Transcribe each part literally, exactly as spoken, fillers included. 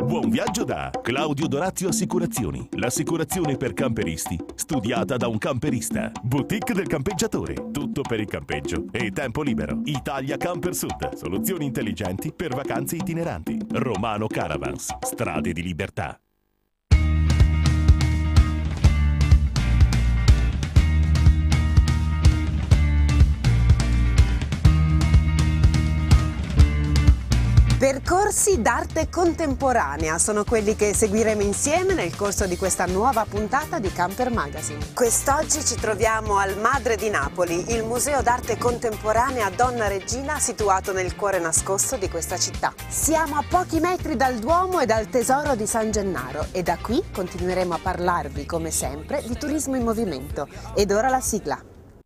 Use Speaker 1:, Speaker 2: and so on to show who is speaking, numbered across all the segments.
Speaker 1: Buon viaggio da Claudio Dorazio Assicurazioni. L'assicurazione per camperisti, studiata da un camperista. Boutique del campeggiatore. Tutto per il campeggio e tempo libero. Italia Camper Sud. Soluzioni intelligenti per vacanze itineranti. Romano Caravans. Strade di libertà.
Speaker 2: Percorsi d'arte contemporanea sono quelli che seguiremo insieme nel corso di questa nuova puntata di Camper Magazine. Quest'oggi ci troviamo al Madre di Napoli, il museo d'arte contemporanea Donna Regina situato nel cuore nascosto di questa città. Siamo a pochi metri dal Duomo e dal Tesoro di San Gennaro e da qui continueremo a parlarvi, come sempre, di turismo in movimento. Ed ora la sigla.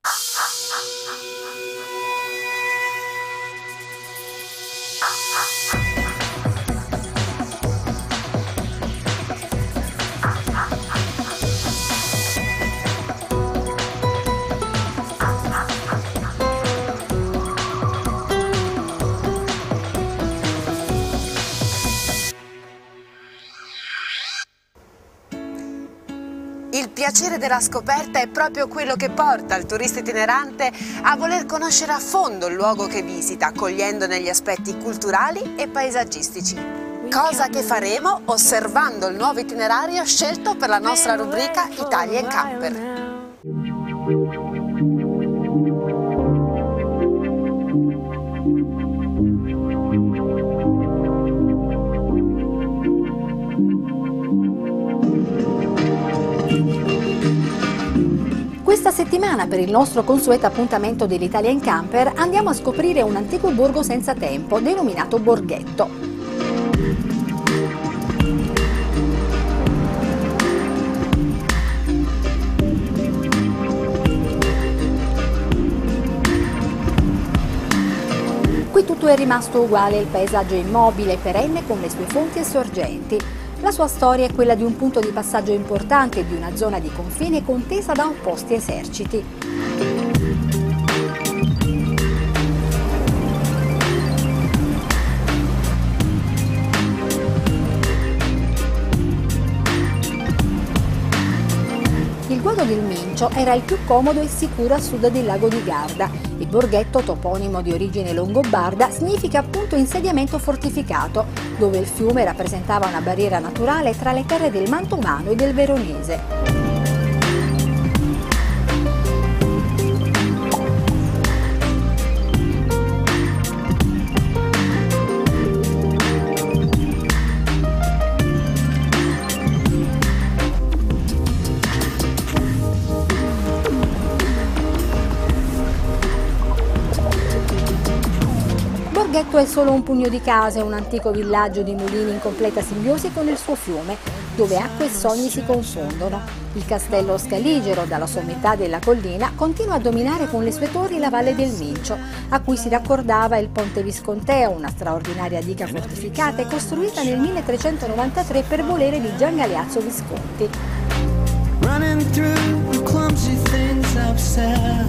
Speaker 2: Il piacere della scoperta è proprio quello che porta il turista itinerante a voler conoscere a fondo il luogo che visita, cogliendone gli aspetti culturali e paesaggistici. Cosa che faremo osservando il nuovo itinerario scelto per la nostra rubrica Italia in Camper.
Speaker 3: Questa settimana, per il nostro consueto appuntamento dell'Italia in Camper, andiamo a scoprire un antico borgo senza tempo, denominato Borghetto. Qui tutto è rimasto uguale, il paesaggio è immobile e perenne con le sue fonti e sorgenti. La sua storia è quella di un punto di passaggio importante di una zona di confine contesa da opposti eserciti. Il guado del Mincio era il più comodo e sicuro a sud del lago di Garda. Il Borghetto, toponimo di origine longobarda, significa appunto insediamento fortificato, dove il fiume rappresentava una barriera naturale tra le terre del Mantovano e del Veronese. Borghetto è solo un pugno di case, un antico villaggio di mulini in completa simbiosi con il suo fiume, dove acqua e sogni si confondono. Il castello Scaligero, dalla sommità della collina, continua a dominare con le sue torri la valle del Mincio, a cui si raccordava il Ponte Visconteo, una straordinaria diga fortificata costruita nel milletrecentonovantatré per volere di Gian Galeazzo Visconti. Running through the clumsy things I've said.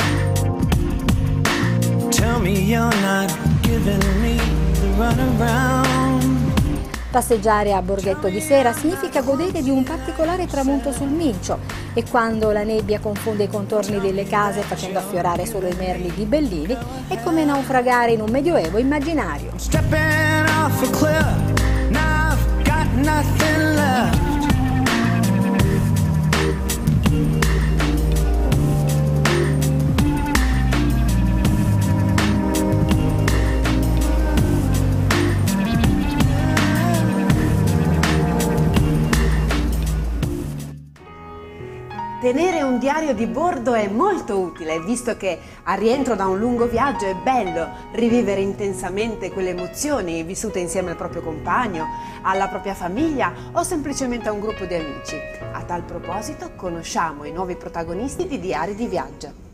Speaker 3: Tell me you're not giving me the runaround. Passeggiare a Borghetto di sera significa godere di un particolare tramonto sul Mincio e quando la nebbia confonde i contorni delle case facendo affiorare solo i merli ghibellini è come naufragare in un medioevo immaginario.
Speaker 2: Tenere un diario di bordo è molto utile, visto che a rientro da un lungo viaggio è bello rivivere intensamente quelle emozioni vissute insieme al proprio compagno, alla propria famiglia o semplicemente a un gruppo di amici. A tal proposito, conosciamo i nuovi protagonisti di Diari di Viaggio.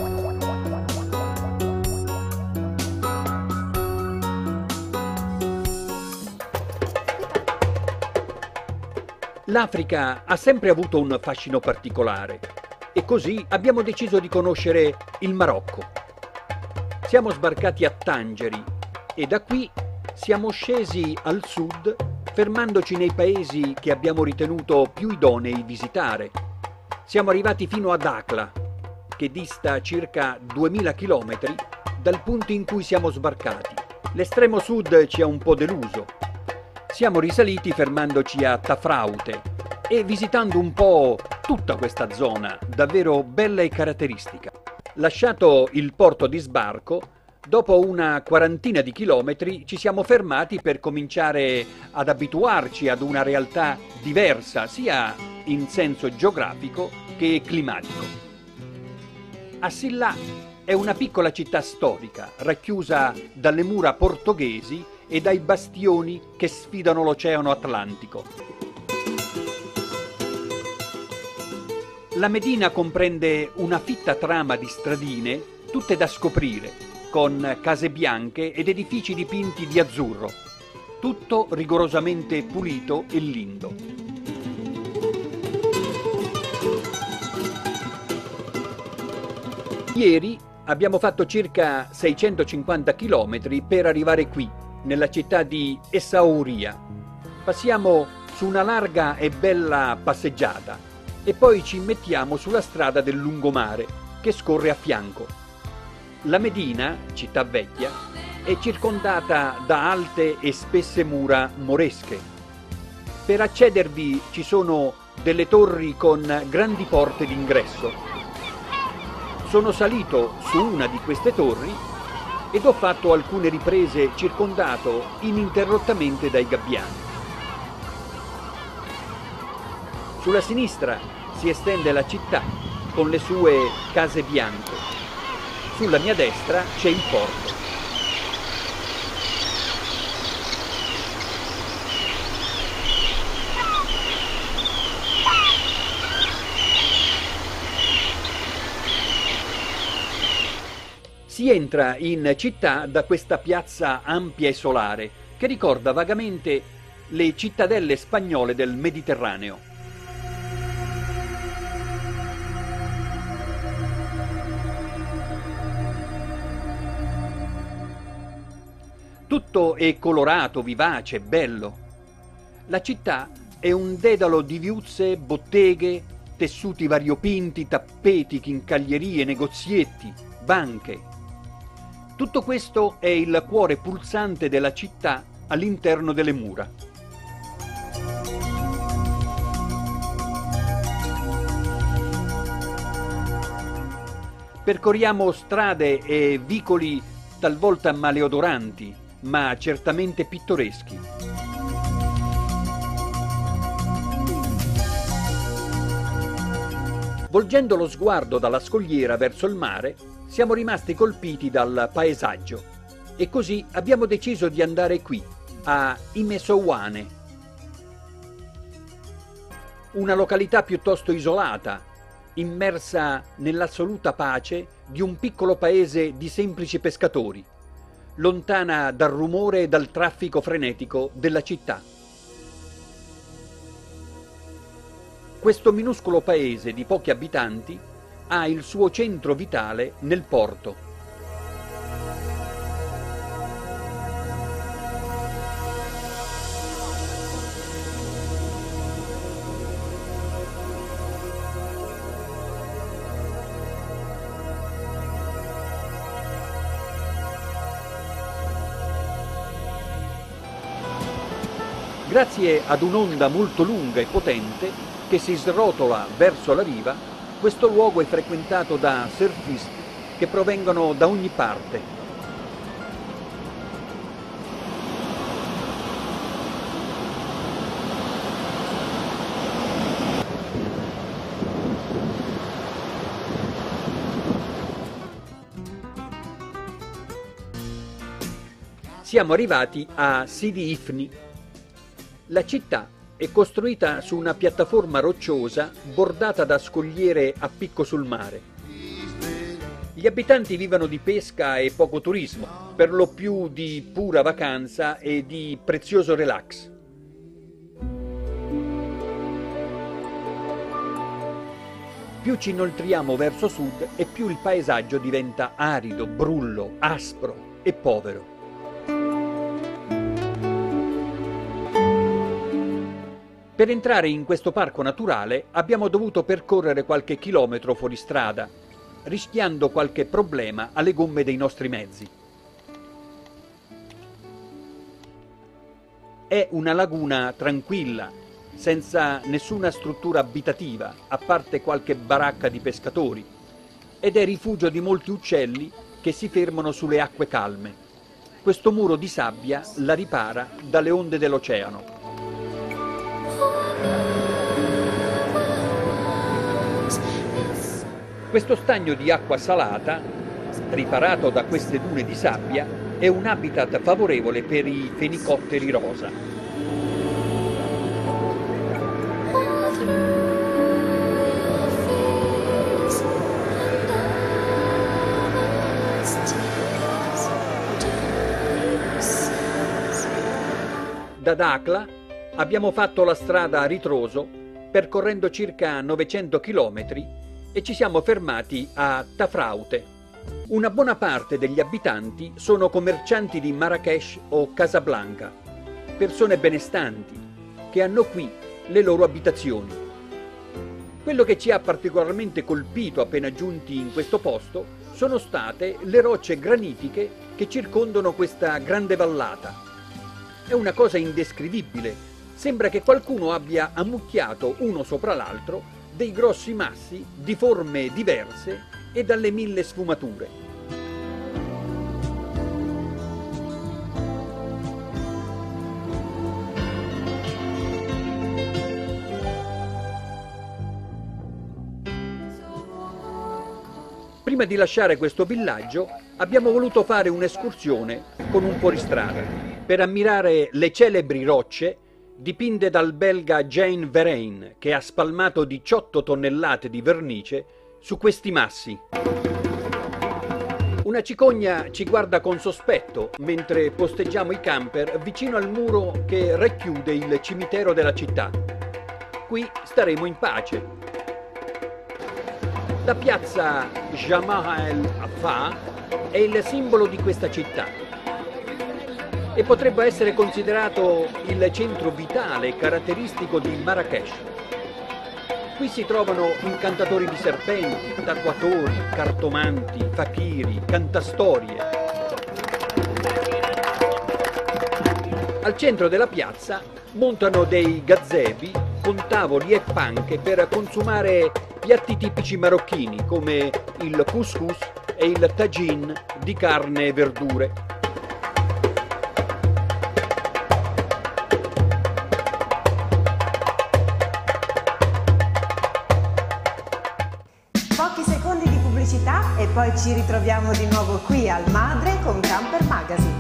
Speaker 4: L'Africa ha sempre avuto un fascino particolare e così abbiamo deciso di conoscere il Marocco. Siamo sbarcati a Tangeri e da qui siamo scesi al sud fermandoci nei paesi che abbiamo ritenuto più idonei visitare. Siamo arrivati fino ad Dakhla, che dista circa duemila chilometri dal punto in cui siamo sbarcati. L'estremo sud ci ha un po' deluso. Siamo risaliti fermandoci a Tafraute e visitando un po' tutta questa zona, davvero bella e caratteristica. Lasciato il porto di sbarco, dopo una quarantina di chilometri ci siamo fermati per cominciare ad abituarci ad una realtà diversa, sia in senso geografico che climatico. Assillà è una piccola città storica, racchiusa dalle mura portoghesi e dai bastioni che sfidano l'Oceano Atlantico. La Medina comprende una fitta trama di stradine, tutte da scoprire, con case bianche ed edifici dipinti di azzurro, tutto rigorosamente pulito e lindo. Ieri abbiamo fatto circa seicentocinquanta chilometri per arrivare qui, nella città di Essaouira. Passiamo su una larga e bella passeggiata e poi ci mettiamo sulla strada del lungomare che scorre a fianco. La Medina, città vecchia, è circondata da alte e spesse mura moresche. Per accedervi ci sono delle torri con grandi porte d'ingresso. Sono salito su una di queste torri ed ho fatto alcune riprese circondato ininterrottamente dai gabbiani. Sulla sinistra si estende la città con le sue case bianche. Sulla mia destra c'è il porto. Si entra in città da questa piazza ampia e solare che ricorda vagamente le cittadelle spagnole del Mediterraneo. Tutto è colorato, vivace, bello. La città è un dedalo di viuzze, botteghe, tessuti variopinti, tappeti, chincaglierie, negozietti, banche. Tutto questo è il cuore pulsante della città all'interno delle mura. Percorriamo strade e vicoli talvolta maleodoranti, ma certamente pittoreschi. Volgendo lo sguardo dalla scogliera verso il mare, siamo rimasti colpiti dal paesaggio e così abbiamo deciso di andare qui, a Imesouane, una località piuttosto isolata, immersa nell'assoluta pace di un piccolo paese di semplici pescatori, lontana dal rumore e dal traffico frenetico della città. Questo minuscolo paese di pochi abitanti ha il suo centro vitale nel porto. Grazie ad un'onda molto lunga e potente che si srotola verso la riva, questo luogo è frequentato da surfisti che provengono da ogni parte. Siamo arrivati a Sidi Ifni. La città è costruita su una piattaforma rocciosa bordata da scogliere a picco sul mare. Gli abitanti vivono di pesca e poco turismo, per lo più di pura vacanza e di prezioso relax. Più ci inoltriamo verso sud e più il paesaggio diventa arido, brullo, aspro e povero. Per entrare in questo parco naturale abbiamo dovuto percorrere qualche chilometro fuori strada, rischiando qualche problema alle gomme dei nostri mezzi. È una laguna tranquilla, senza nessuna struttura abitativa, a parte qualche baracca di pescatori, ed è rifugio di molti uccelli che si fermano sulle acque calme. Questo muro di sabbia la ripara dalle onde dell'oceano. Questo stagno di acqua salata, riparato da queste dune di sabbia, è un habitat favorevole per i fenicotteri rosa. Da Dakla abbiamo fatto la strada a ritroso percorrendo circa novecento chilometri e ci siamo fermati a Tafraoute. Una buona parte degli abitanti sono commercianti di Marrakech o Casablanca, persone benestanti che hanno qui le loro abitazioni. Quello che ci ha particolarmente colpito appena giunti in questo posto sono state le rocce granitiche che circondano questa grande vallata. È una cosa indescrivibile, sembra che qualcuno abbia ammucchiato uno sopra l'altro dei grossi massi di forme diverse e dalle mille sfumature. Prima di lasciare questo villaggio abbiamo voluto fare un'escursione con un fuoristrada per ammirare le celebri rocce dipinte dal belga Jean Verheyen, che ha spalmato diciotto tonnellate di vernice su questi massi. Una cicogna ci guarda con sospetto mentre posteggiamo i camper vicino al muro che racchiude il cimitero della città. Qui staremo in pace. La piazza Jamaa El Afaa è il simbolo di questa città e potrebbe essere considerato il centro vitale e caratteristico di Marrakech. Qui si trovano incantatori di serpenti, tatuatori, cartomanti, fakiri, cantastorie. Al centro della piazza montano dei gazebi con tavoli e panche per consumare piatti tipici marocchini come il couscous e il tagine di carne e verdure.
Speaker 2: E poi ci ritroviamo di nuovo qui al Madre con Camper Magazine.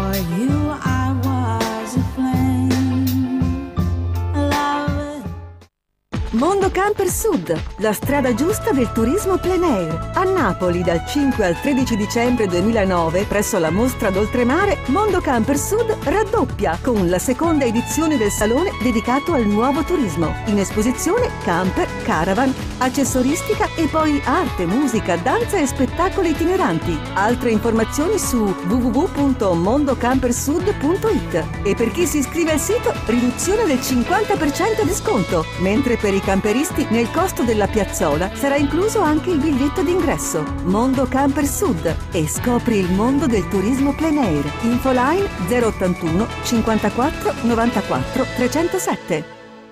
Speaker 5: Mondo Camper Sud, la strada giusta del turismo plein air. A Napoli dal cinque al tredici dicembre duemilanove presso la mostra d'oltremare Mondo Camper Sud raddoppia con la seconda edizione del salone dedicato al nuovo turismo. In esposizione camper, caravan, accessoristica e poi arte, musica, danza e spettacoli itineranti. Altre informazioni su w w w punto mondocampersud punto i t e per chi si iscrive al sito riduzione del cinquanta per cento di sconto, mentre per i camperisti nel costo della piazzola sarà incluso anche il biglietto d'ingresso. Mondo Camper Sud e scopri il mondo del turismo plein air. Infoline zero ottantuno cinquantaquattro novantaquattro trecentosette.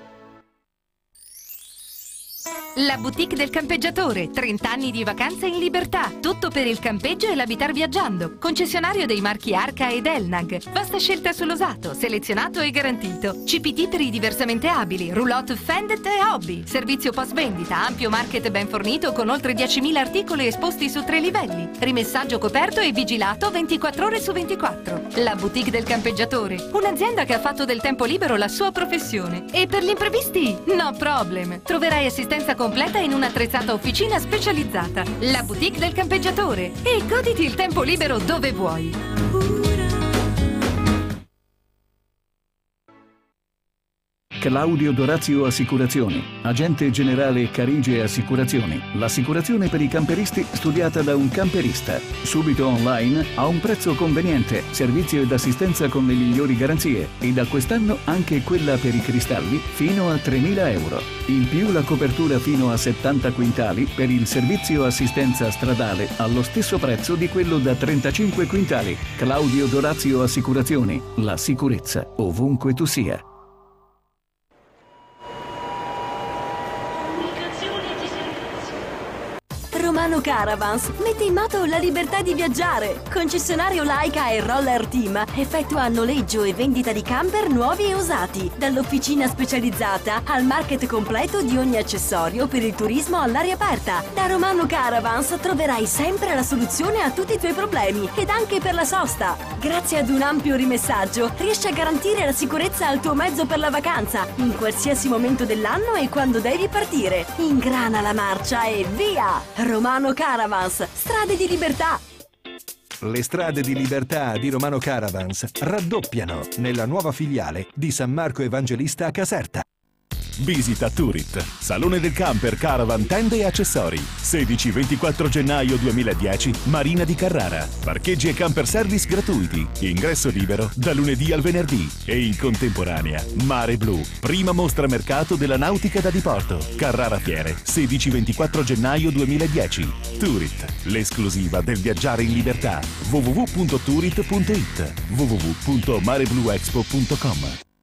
Speaker 6: La boutique del campeggiatore, trenta anni di vacanze in libertà, tutto per il campeggio e l'abitar viaggiando. Concessionario dei marchi Arca ed Elnag. Vasta scelta sull'usato, selezionato e garantito. C P T per i diversamente abili, roulotte Fendet e Hobby. Servizio post vendita, ampio market ben fornito con oltre diecimila articoli esposti su tre livelli. Rimessaggio coperto e vigilato ventiquattro ore su ventiquattro. La boutique del campeggiatore, un'azienda che ha fatto del tempo libero la sua professione. E per gli imprevisti? No problem. Troverai assistenza completa in un'attrezzata officina specializzata. La boutique del campeggiatore. E goditi il tempo libero dove vuoi.
Speaker 7: Claudio Dorazio Assicurazioni, agente generale Carige Assicurazioni, l'assicurazione per i camperisti studiata da un camperista, subito online a un prezzo conveniente, servizio ed assistenza con le migliori garanzie e da quest'anno anche quella per i cristalli fino a tremila euro. In più la copertura fino a settanta quintali per il servizio assistenza stradale allo stesso prezzo di quello da trentacinque quintali. Claudio Dorazio Assicurazioni, la sicurezza ovunque tu sia.
Speaker 5: Romano Caravans mette in moto la libertà di viaggiare. Concessionario Laika e Roller Team effettua noleggio e vendita di camper nuovi e usati. Dall'officina specializzata al market completo di ogni accessorio per il turismo all'aria aperta. Da Romano Caravans troverai sempre la soluzione a tutti i tuoi problemi ed anche per la sosta. Grazie ad un ampio rimessaggio riesci a garantire la sicurezza al tuo mezzo per la vacanza in qualsiasi momento dell'anno e quando devi partire. Ingrana la marcia e via! Romano Caravans, strade di libertà.
Speaker 8: Le strade di libertà di Romano Caravans raddoppiano nella nuova filiale di San Marco Evangelista a Caserta.
Speaker 1: Visita Turit, Salone del Camper, Caravan, Tende e Accessori. sedici ventiquattro gennaio duemiladieci, Marina di Carrara. Parcheggi e camper service gratuiti. Ingresso libero da lunedì al venerdì. E in contemporanea, Mare Blu, prima mostra mercato della nautica da diporto. Carrara Fiere, sedici ventiquattro gennaio duemiladieci. Turit, l'esclusiva del viaggiare in libertà. w w w punto turit punto it, w w w punto marebluexpo punto com.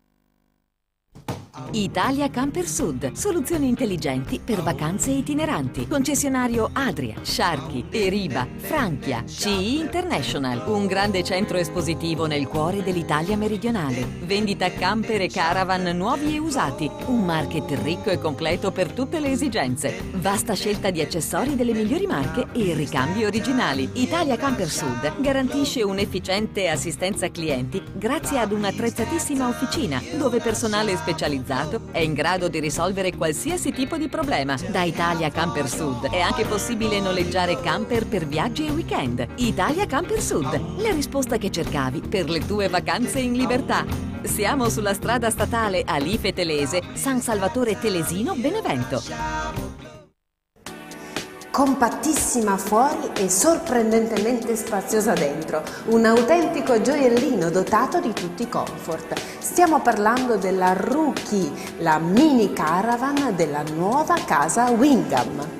Speaker 5: Italia Camper Sud, soluzioni intelligenti per vacanze itineranti. Concessionario Adria, Sharky, Eriba, Franchia, C I International. Un grande centro espositivo nel cuore dell'Italia meridionale. Vendita camper e caravan nuovi e usati. Un market ricco e completo per tutte le esigenze. Vasta scelta di accessori delle migliori marche e ricambi originali. Italia Camper Sud garantisce un'efficiente assistenza clienti grazie ad un'attrezzatissima officina dove personale specializzato è in grado di risolvere qualsiasi tipo di problema. Da Italia Camper Sud è anche possibile noleggiare camper per viaggi e weekend. Italia Camper Sud, la risposta che cercavi per le tue vacanze in libertà. Siamo sulla strada statale Alife Telese, San Salvatore Telesino, Benevento.
Speaker 2: Compattissima fuori e sorprendentemente spaziosa dentro, un autentico gioiellino dotato di tutti i comfort. Stiamo parlando della Rookie, la mini caravan della nuova casa Wingham.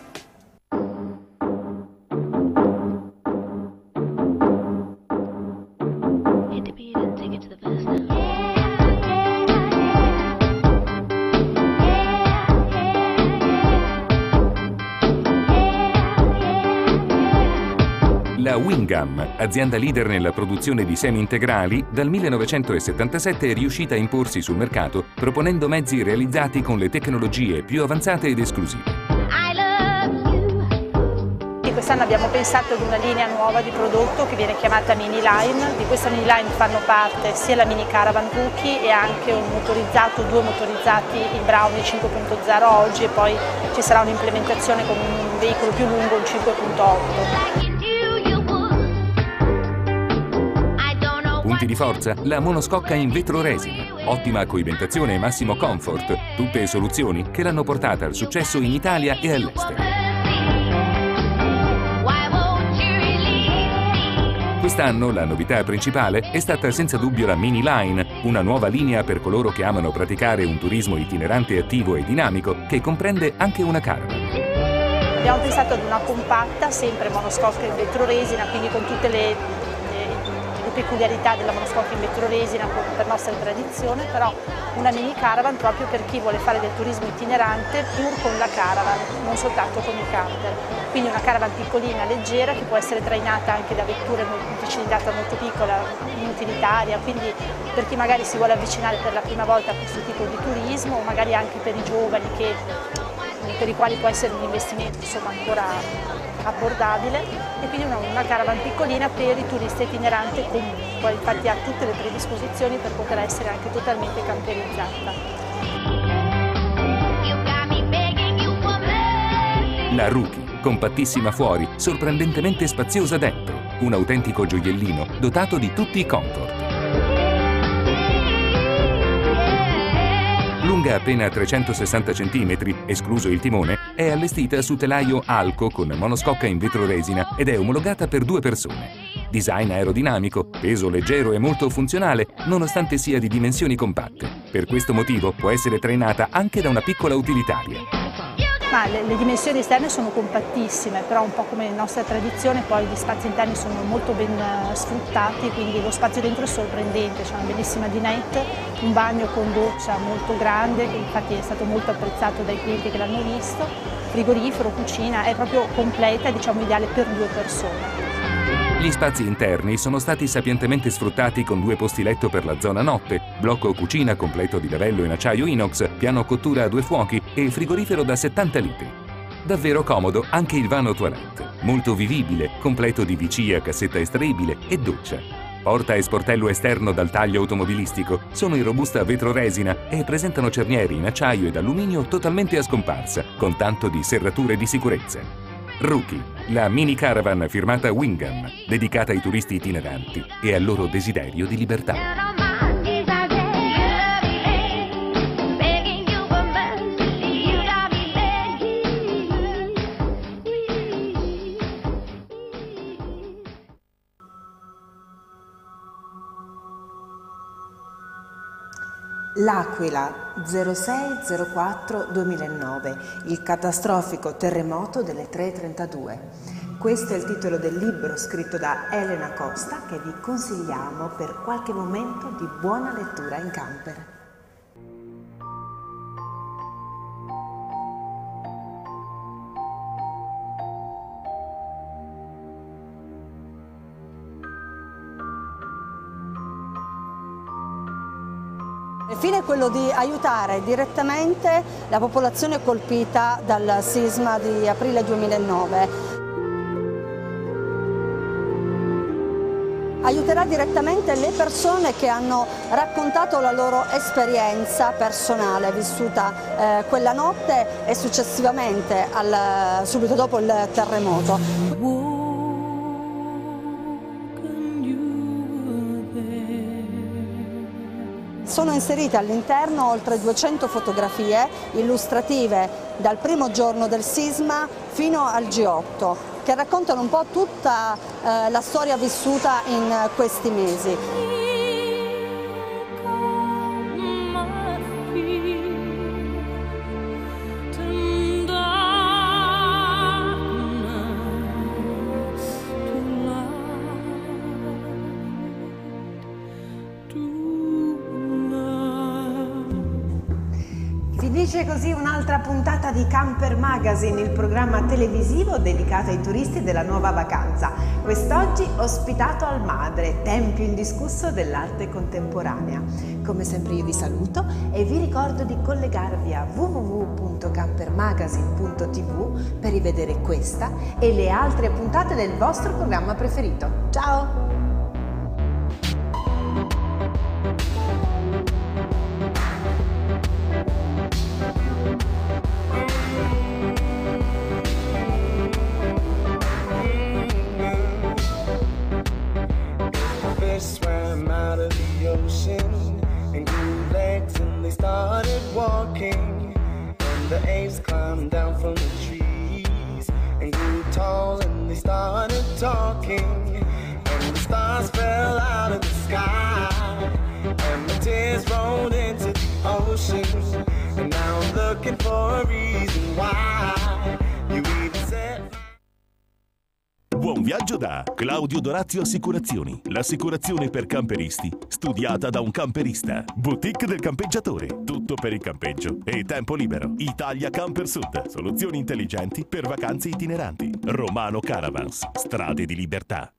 Speaker 9: La Wingham, azienda leader nella produzione di semi integrali, dal millenovecentosettantasette è riuscita a imporsi sul mercato proponendo mezzi realizzati con le tecnologie più avanzate ed esclusive.
Speaker 10: Quest'anno abbiamo pensato ad una linea nuova di prodotto che viene chiamata Mini Line. Di questa Mini Line fanno parte sia la Mini Caravan Rookie e anche un motorizzato, due motorizzati, il Brownie cinque punto zero oggi, e poi ci sarà un'implementazione con un veicolo più lungo, un cinque punto otto.
Speaker 9: Punti di forza? La monoscocca in vetro resina. Ottima coibentazione e massimo comfort. Tutte soluzioni che l'hanno portata al successo in Italia e all'estero. Quest'anno la novità principale è stata senza dubbio la Mini Line, una nuova linea per coloro che amano praticare un turismo itinerante, attivo e dinamico che comprende anche una caravan.
Speaker 10: Abbiamo pensato ad una compatta, sempre monoscocca in vetro resina, quindi con tutte le, le, le peculiarità della monoscocca in vetro resina per nostra tradizione, però una mini caravan proprio per chi vuole fare del turismo itinerante pur con la caravan, non soltanto con i camper. Quindi una caravan piccolina, leggera, che può essere trainata anche da vetture di cilindrata molto piccola, inutilitaria, quindi per chi magari si vuole avvicinare per la prima volta a questo tipo di turismo, o magari anche per i giovani che, per i quali può essere un investimento insomma ancora abbordabile, e quindi una, una caravan piccolina per i turisti itineranti comunque, infatti ha tutte le predisposizioni per poter essere anche totalmente camperizzata.
Speaker 9: La Rookie, compattissima fuori, sorprendentemente spaziosa dentro. Un autentico gioiellino dotato di tutti i comfort. Lunga appena trecentosessanta centimetri, escluso il timone, è allestita su telaio Alco con monoscocca in vetroresina ed è omologata per due persone. Design aerodinamico, peso leggero e molto funzionale, nonostante sia di dimensioni compatte. Per questo motivo può essere trainata anche da una piccola utilitaria.
Speaker 10: Ma le, le dimensioni esterne sono compattissime, però un po' come in nostra tradizione poi gli spazi interni sono molto ben uh, sfruttati, quindi lo spazio dentro è sorprendente, c'è una bellissima dinette, un bagno con doccia molto grande, che infatti è stato molto apprezzato dai clienti che l'hanno visto, frigorifero, cucina, è proprio completa, diciamo ideale per due persone.
Speaker 9: Gli spazi interni sono stati sapientemente sfruttati con due posti letto per la zona notte, blocco cucina completo di lavello in acciaio inox, piano cottura a due fuochi e frigorifero da settanta litri. Davvero comodo anche il vano toilette, molto vivibile, completo di V C a cassetta estraibile e doccia. Porta e sportello esterno dal taglio automobilistico sono in robusta vetroresina e presentano cernieri in acciaio ed alluminio totalmente a scomparsa, con tanto di serrature di sicurezza. Rookie, la mini caravan firmata Wingham, dedicata ai turisti itineranti e al loro desiderio di libertà.
Speaker 2: L'Aquila zero sei zero quattro duemilanove, il catastrofico terremoto delle tre e trentadue. Questo è il titolo del libro scritto da Elena Costa che vi consigliamo per qualche momento di buona lettura in camper.
Speaker 11: Il fine è quello di aiutare direttamente la popolazione colpita dal sisma di aprile duemilanove. Aiuterà direttamente le persone che hanno raccontato la loro esperienza personale vissuta eh, quella notte e successivamente al, subito dopo il terremoto. Sono inserite all'interno oltre duecento fotografie illustrative dal primo giorno del sisma fino al G otto, che raccontano un po' tutta eh, la storia vissuta in questi mesi.
Speaker 2: Finisce così un'altra puntata di Camper Magazine, il programma televisivo dedicato ai turisti della nuova vacanza. Quest'oggi ospitato al Madre, tempio indiscusso dell'arte contemporanea. Come sempre io vi saluto e vi ricordo di collegarvi a w w w punto campermagazine punto t v per rivedere questa e le altre puntate del vostro programma preferito. Ciao!
Speaker 12: Swam out of the ocean and grew legs and they started walking, and the apes climbed down from the trees and grew tall and they started talking, and the stars fell out of the sky and the tears rolled into the ocean, and now I'm looking for a reason why you even said.
Speaker 1: Buon viaggio da Claudio Dorazio Assicurazioni, l'assicurazione per camperisti studiata da un camperista. Boutique del campeggiatore, tutto per il campeggio e tempo libero. Italia Camper Sud, soluzioni intelligenti per vacanze itineranti. Romano Caravans, strade di libertà.